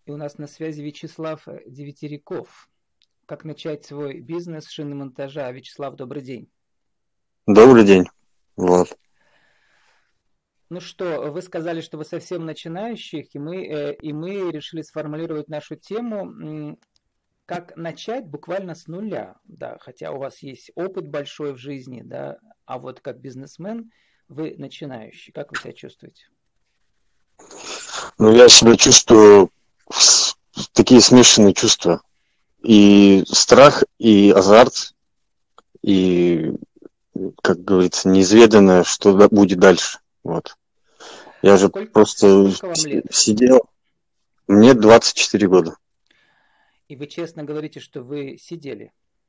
И у нас на связи Вячеслав Девятиряков. Как начать свой бизнес шиномонтажа? Вячеслав, добрый день. Добрый день. Вот. Ну что, вы сказали, что вы совсем начинающих, и мы решили сформулировать нашу тему, как начать буквально с нуля, да, хотя у вас есть опыт большой в жизни, да, а вот как бизнесмен вы начинающий. Как вы себя чувствуете? Ну, я себя чувствую такие смешанные чувства. И страх, и азарт, и, как говорится, неизведанное, что будет дальше. Вот. Я же просто Сколько вам лет? сидел. Мне 24 года. И вы честно говорите, что вы сидели.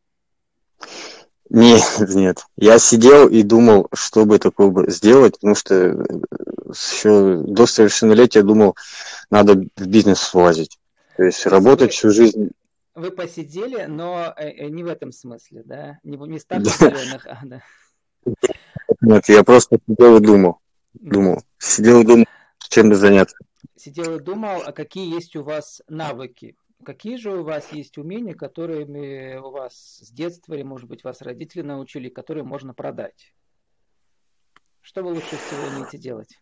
Нет, нет. Я сидел и думал, что бы такое бы сделать, потому что еще до совершеннолетия думал, надо в бизнес влазить. То есть То есть работать всю жизнь. вы посидели, но не в этом смысле, да? Не став на зеленых, да. Нет, я просто сидел и думал. Мгм. Сидел и думал, чем бы заняться. Сидел и думал, а какие есть у вас навыки? Какие же у вас есть умения, которыми у вас с детства, или, может быть, вас родители научили, которые можно продать? Что вы лучше всего умеете делать?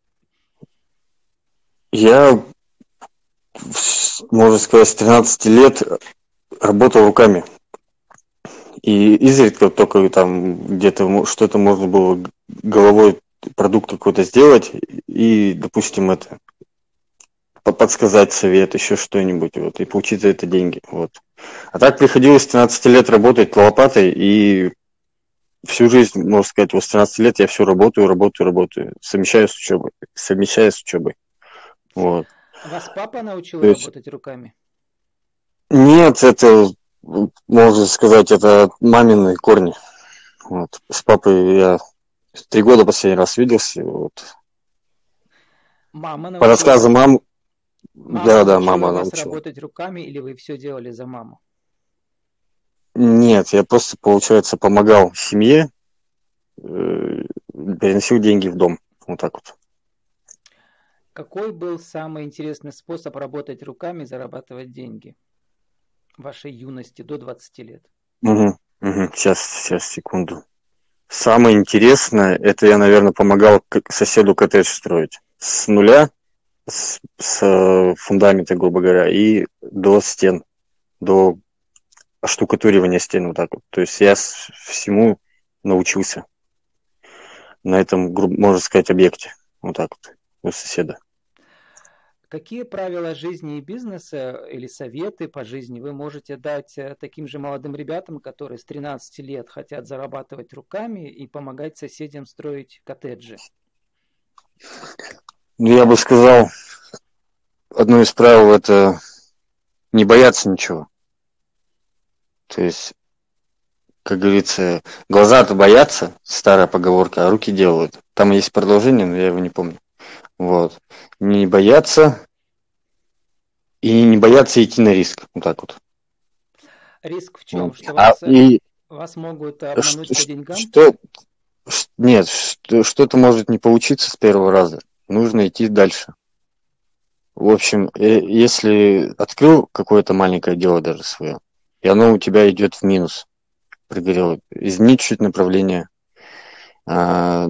Я, можно сказать, с 13 лет работал руками. И изредка только там где-то что-то можно было головой продукт какой-то сделать и, допустим, это подсказать совет, еще что-нибудь, вот, и получить за это деньги. Вот. А так приходилось с 13 лет работать лопатой, и всю жизнь, можно сказать, вот с 13 лет я все работаю, работаю, работаю, совмещаю с учебой, совмещаю с учебой. Вот. Вас папа научил То есть работать руками? нет, это, можно сказать, это мамины корни. Вот. С папой я 3 года последний раз виделся. Вот. Мама По научила рассказам вас, мам, мама да, научила мама вас научила. работать руками, или вы все делали за маму? Нет, я просто, получается, помогал семье, э, переносил деньги в дом. Вот так вот. Какой был самый интересный способ работать руками и зарабатывать деньги в вашей юности до 20 лет? Угу, угу. Сейчас, секунду. Самое интересное, это я, наверное, помогал соседу коттедж строить. С нуля, с фундамента, грубо говоря, и до стен, до оштукатуривания стен, вот так вот. То есть я всему научился на этом, можно сказать, объекте. Вот так вот, у соседа. Какие правила жизни и бизнеса или советы по жизни вы можете дать таким же молодым ребятам, которые с 13 лет хотят зарабатывать руками и помогать соседям строить коттеджи? Ну, я бы сказал, одно из правил – это не бояться ничего. То есть, как говорится, глаза-то боятся, старая поговорка, а руки делают. Там есть продолжение, но я его не помню. Вот. Не бояться и не бояться идти на риск. Вот так вот. Риск в чем? Вот. Что А и вас могут обмануть по деньгам? что, нет, что-то может не получиться с первого раза. Нужно идти дальше. В общем, если открыл какое-то маленькое дело даже свое, и оно у тебя идет в минус, пригорело, изменить чуть направление, а,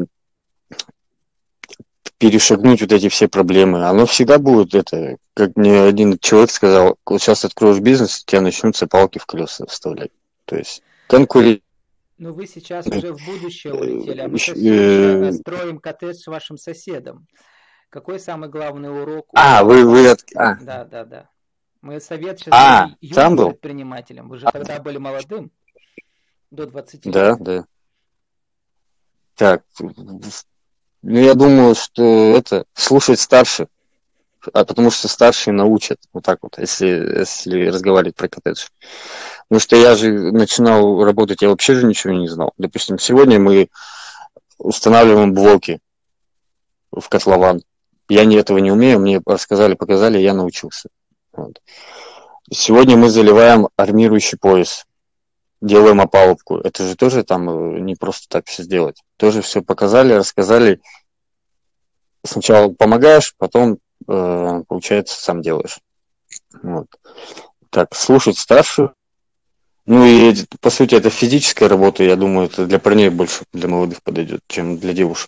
перешагнуть вот эти все проблемы. Оно всегда будет это, как мне один человек сказал, вот сейчас откроешь бизнес, у тебя начнутся палки в колеса вставлять. То есть конкурент. Но вы сейчас уже в будущее улетели, а мы-то все еще э, строим коттедж с вашим соседом. Какой самый главный урок у вы папы? а, Да, да, да. Мы совет сейчас даем там юным был? предпринимателям. Вы же тогда были молодым, до 20 лет. Да, да. Так, ну я думаю, что это слушать старших, а потому что старшие научат, вот так вот, если разговаривать про коттедж. Потому что я же начинал работать, я вообще же ничего не знал. Допустим, сегодня мы устанавливаем блоки в котлован. Я этого не умею, мне рассказали, показали, я научился. Вот. Сегодня мы заливаем армирующий пояс, делаем опалубку. Это же тоже там не просто так все сделать. Тоже все показали, рассказали. Сначала помогаешь, потом, получается, сам делаешь. Вот. Так, слушать старших. Ну и, по сути, это физическая работа, я думаю, это для парней больше, для молодых подойдет, чем для девушек.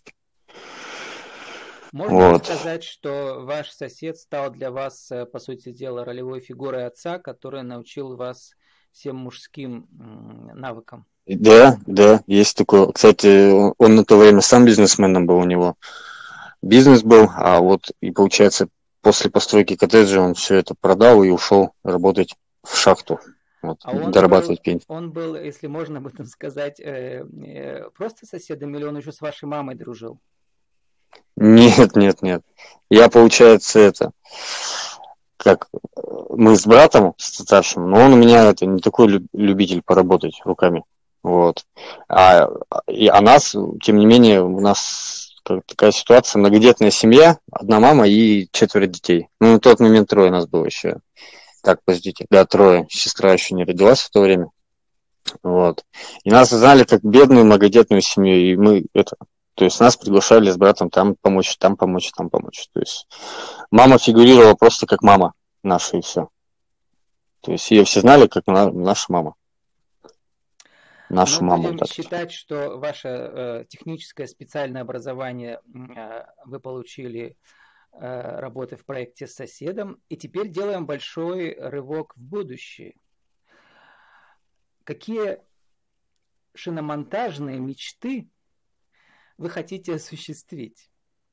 Можно ли Вот. сказать, что ваш сосед стал для вас, по сути дела, ролевой фигурой отца, который научил вас всем мужским навыкам? Да, да, есть такое. Кстати, он на то время сам бизнесменом был, у него бизнес был, а вот и получается после постройки коттеджа он все это продал и ушел работать в шахту, вот, А дорабатывать пенсию. он был, если можно об этом сказать, просто соседом или он еще с вашей мамой дружил? Нет, нет, нет. Я, получается, это, как мы с братом с старшим, но он у меня это не такой любитель поработать руками. Вот. А нас, тем не менее, у нас такая ситуация, многодетная семья, одна мама и 4 детей. Ну, на тот момент 3 нас было еще. Так, подождите, да, 3. Сестра еще не родилась в то время. Вот. И нас знали как бедную многодетную семью, и мы это... То есть нас приглашали с братом там помочь, там помочь, там помочь. То есть мама фигурировала просто как мама наша, и все. То есть ее все знали как наша мама. Нашу Ну, маму, будем так. считать, что ваше техническое специальное образование вы получили, работая в проекте с соседом, и теперь делаем большой рывок в будущее. Какие шиномонтажные мечты вы хотите осуществить?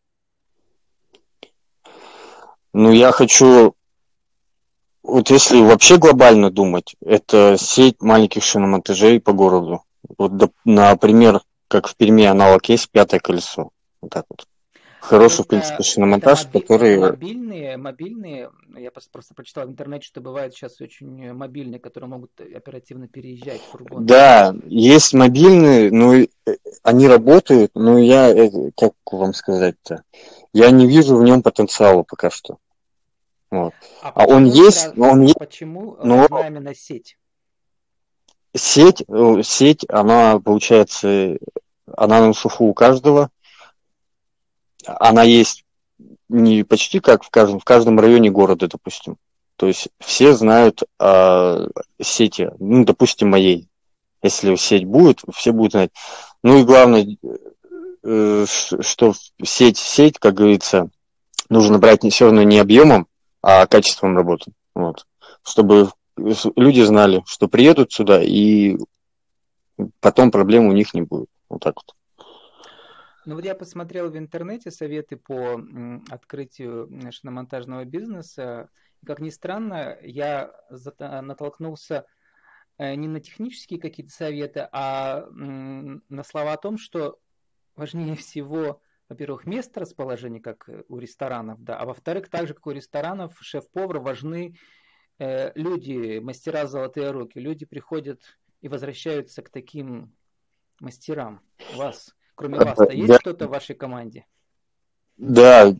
Ну, я хочу, вот если вообще глобально думать, это сеть маленьких шиномонтажей по городу. Вот, например, как в Перми аналог есть «Пятое колесо». Вот так вот. Хороший, в принципе, шиномонтаж, Это который... мобильные, я просто прочитал в интернете, что бывают сейчас очень мобильные, которые могут оперативно переезжать, фургоны. Да, есть мобильные, но они работают, но я, как вам сказать-то, я не вижу в нем потенциала пока что. Вот. А он есть, почему но нужна именно сеть? сеть, она, получается, она на слуху у каждого, она есть не почти как в каждом районе города, допустим. То есть все знают о сети, ну, допустим, моей. Если сеть будет, все будут знать. Ну и главное, что сеть, как говорится, нужно брать все равно не объемом, а качеством работы. Вот. Чтобы люди знали, что приедут сюда, и потом проблем у них не будет. Вот так вот. Ну вот я посмотрел в интернете советы по открытию шиномонтажного бизнеса. Как ни странно, я натолкнулся не на технические какие-то советы, а на слова о том, что важнее всего, во-первых, место расположения, как у ресторанов, да, а во-вторых, так же, как у ресторанов, шеф-повар важны люди, мастера золотые руки. Люди приходят и возвращаются к таким мастерам. Кроме вас-то, есть Да, кто-то в вашей команде? да,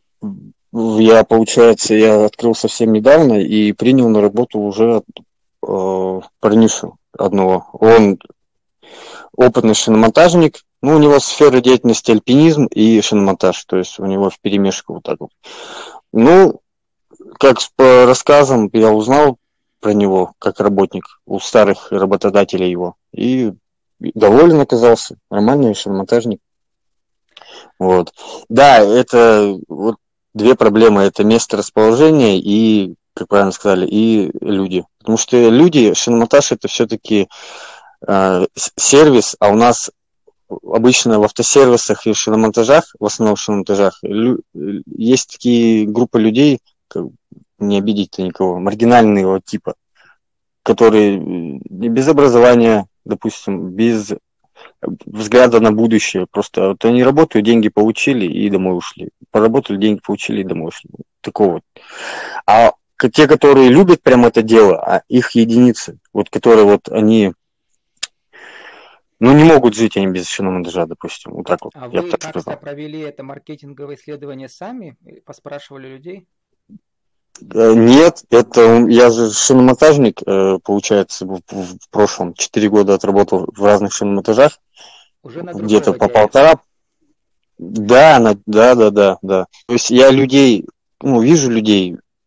я открыл совсем недавно и принял на работу уже парнишу одного. Он опытный шиномонтажник, ну, у него сфера деятельности альпинизм и шиномонтаж, то есть у него вперемешку вот так вот. Ну, как по рассказам я узнал про него как работник у старых работодателей его, и доволен оказался, нормальный шиномонтажник. Вот. Да, это вот 2 проблемы, это место расположения и, как правильно сказали, и люди. Потому что люди, шиномонтаж это все-таки сервис, а у нас обычно в автосервисах и шиномонтажах, в основном в шиномонтажах, есть такие группы людей, не обидеть-то никого, маргинального типа, которые без образования, допустим, без взгляда на будущее. Просто вот они работают, деньги получили и домой ушли. Поработали, деньги получили и домой ушли. Такого вот. А те, которые любят прям это дело, их единицы, вот которые вот они, ну, не могут жить они без шиномонтажа, допустим. Вот так вот, А я бы вы так как-то сказал. провели это маркетинговое исследование сами? Поспрашивали людей? Нет, это я же шиномонтажник, получается, в прошлом 4 года отработал в разных шиномонтажах, Уже на другой где-то по воде. 1,5. Да, да. То есть я людей, ну, вижу людей,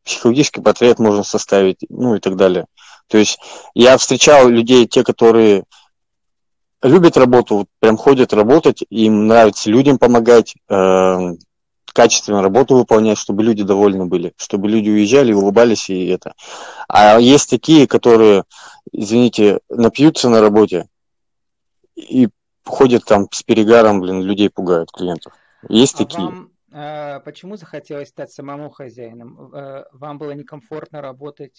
психологический портрет можно составить, ну и так далее. То есть я встречал людей, те, которые любят работу, вот прям ходят работать, им нравится людям помогать, качественно работу выполнять, чтобы люди довольны были, чтобы люди уезжали, улыбались и это. А есть такие, которые, извините, напьются на работе и ходят там с перегаром, людей пугают, клиентов. Есть такие. Вам почему захотелось стать самому хозяином? Вам было некомфортно работать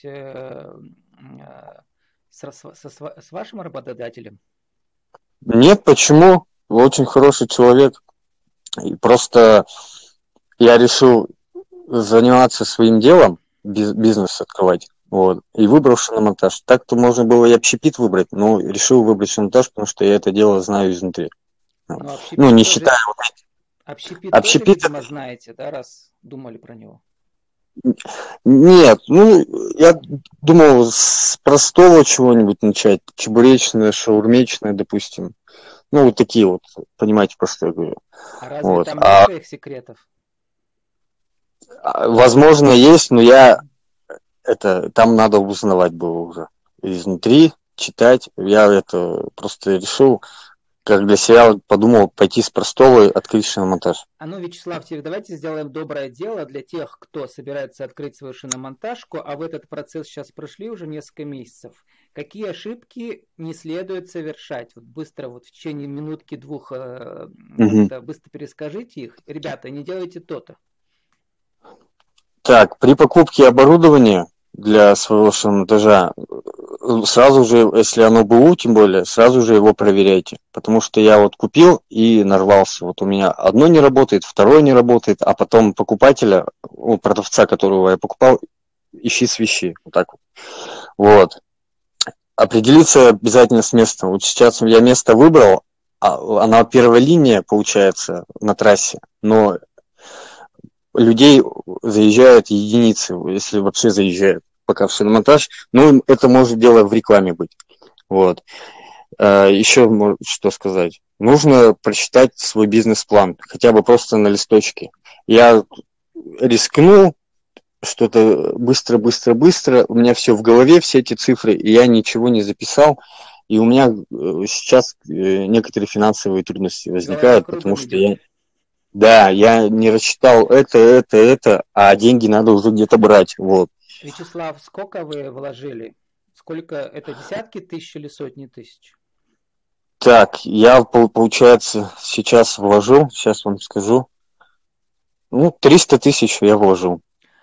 с вашим работодателем? Нет, почему? Вы очень хороший человек. И просто я решил заниматься своим делом, бизнес открывать. Вот, и выбрал шиномонтаж. Так-то можно было и общепит выбрать, но решил выбрать шиномонтаж, потому что я это дело знаю изнутри. Ну, не считая вот эти. Общепит тоже, видимо, знаете, да, раз думали про него? Нет, ну, я думал с простого чего-нибудь начать, чебуречное, шаурмечное, допустим. Ну, вот такие вот, понимаете, про что я говорю. А разве вот. Там нет своих секретов? Возможно, есть, но там надо узнавать было уже изнутри, читать. Я это просто решил, как для себя подумал, пойти с простого, открыть шиномонтаж. А ну, Вячеслав, давайте сделаем доброе дело для тех, кто собирается открыть свою шиномонтажку, а в этот процесс сейчас прошли уже несколько месяцев. Какие ошибки не следует совершать? Вот быстро, вот в течение минутки-двух, быстро перескажите их. Ребята, не делайте то-то. Так, при покупке оборудования для своего шиномонтажа, сразу же, если оно БУ, тем более, сразу же его проверяйте. Потому что я вот купил и нарвался. Вот у меня одно не работает, второе не работает, а потом покупателя, продавца, которого я покупал, ищи свищи. Вот так вот. Вот. Определиться обязательно с местом. Вот сейчас я место выбрал, она первая линия, получается, на трассе, но людей заезжают единицы, если вообще заезжают пока в шиномонтаж. Ну, это может дело в рекламе быть. Вот. Еще что сказать. Нужно прочитать свой бизнес-план, хотя бы просто на листочке. Я рискнул что-то быстро, у меня все в голове, все эти цифры, и я ничего не записал. И у меня сейчас некоторые финансовые трудности возникают, потому что я не рассчитал это, а деньги надо уже где-то брать. Вот. Вячеслав, сколько вы вложили? Сколько? Это десятки тысяч или сотни тысяч? Так, я, получается, сейчас вложил, сейчас вам скажу. 300 тысяч я вложил.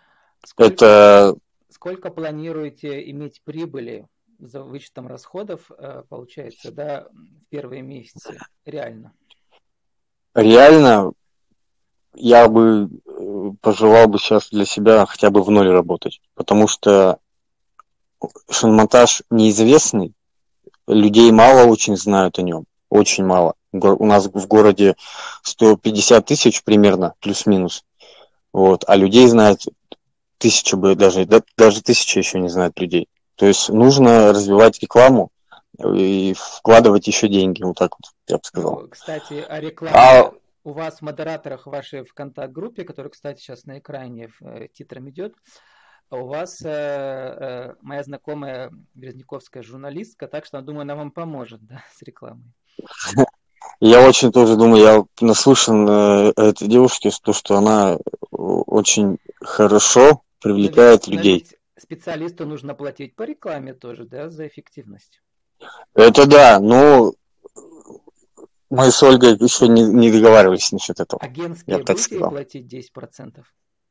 Сколько планируете иметь прибыли за вычетом расходов, получается, да, в первые месяцы? Реально? Реально, я бы пожелал бы сейчас для себя хотя бы в ноль работать, потому что шиномонтаж неизвестный, людей мало очень знают о нем, очень мало. У нас в городе 150 тысяч примерно, плюс-минус, вот, а людей знает 1000 бы, даже 1000 еще не знает людей. То есть нужно развивать рекламу и вкладывать еще деньги, вот так вот, я бы сказал. Ну, кстати, о рекламе. У вас в модераторах вашей ВКонтакт-группе, которая, кстати, сейчас на экране титром идет, у вас моя знакомая березняковская журналистка, так что, думаю, она вам поможет, да, с рекламой. Я очень тоже думаю, я наслышан этой девушке, что она очень хорошо привлекает людей. Специалисту нужно платить по рекламе тоже, да, за эффективность. Это да, но мы с Ольгой еще не договаривались насчет этого. Агентские будете платить 10%?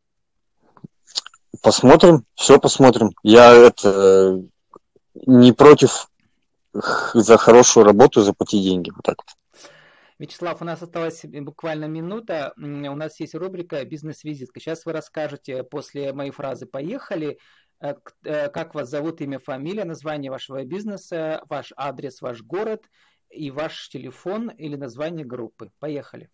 Посмотрим, все посмотрим. Я не против за хорошую работу заплатить деньги. Вот так вот. Вячеслав, у нас осталась буквально минута. У нас есть рубрика «Бизнес-визитка». Сейчас вы расскажете после моей фразы «Поехали», как вас зовут, имя, фамилия, название вашего бизнеса, ваш адрес, ваш город и ваш телефон или название группы. Поехали.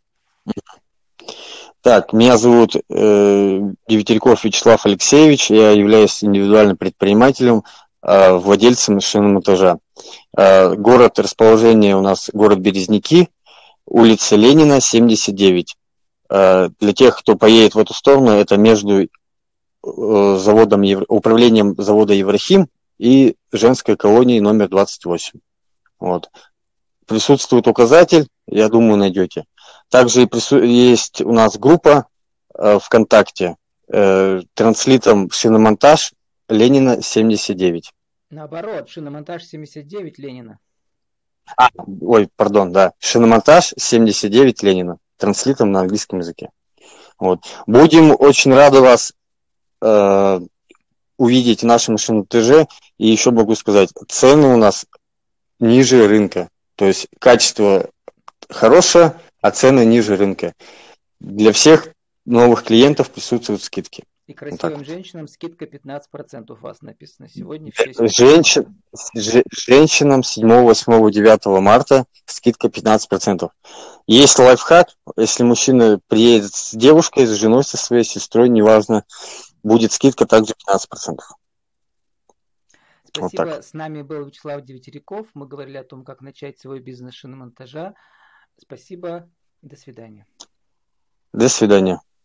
Так, меня зовут Девятельков Вячеслав Алексеевич. Я являюсь индивидуальным предпринимателем, владельцем шиномонтажа. Город, расположение у нас город Березники, улица Ленина, 79. Для тех, кто поедет в эту сторону, это между управлением завода Еврахим и женской колонией номер 28. Вот. Присутствует указатель, я думаю, найдете. Также есть у нас группа ВКонтакте, транслитом шиномонтаж Ленина 79. Наоборот, шиномонтаж 79 Ленина. Шиномонтаж 79 Ленина, транслитом на английском языке. Вот. Будем очень рады вас увидеть в нашем шиномонтаже. И еще могу сказать, цены у нас ниже рынка. То есть качество хорошее, а цены ниже рынка. Для всех новых клиентов присутствуют скидки. И красивым вот женщинам скидка 15% у вас написано сегодня. В 6 женщинам 7, 8, 9 марта скидка 15%. Есть лайфхак, если мужчина приедет с девушкой, с женой, со своей сестрой, неважно, будет скидка также 15%. Спасибо. Вот с нами был Вячеслав Девятеряков. Мы говорили о том, как начать свой бизнес шиномонтажа. Спасибо. До свидания. До свидания.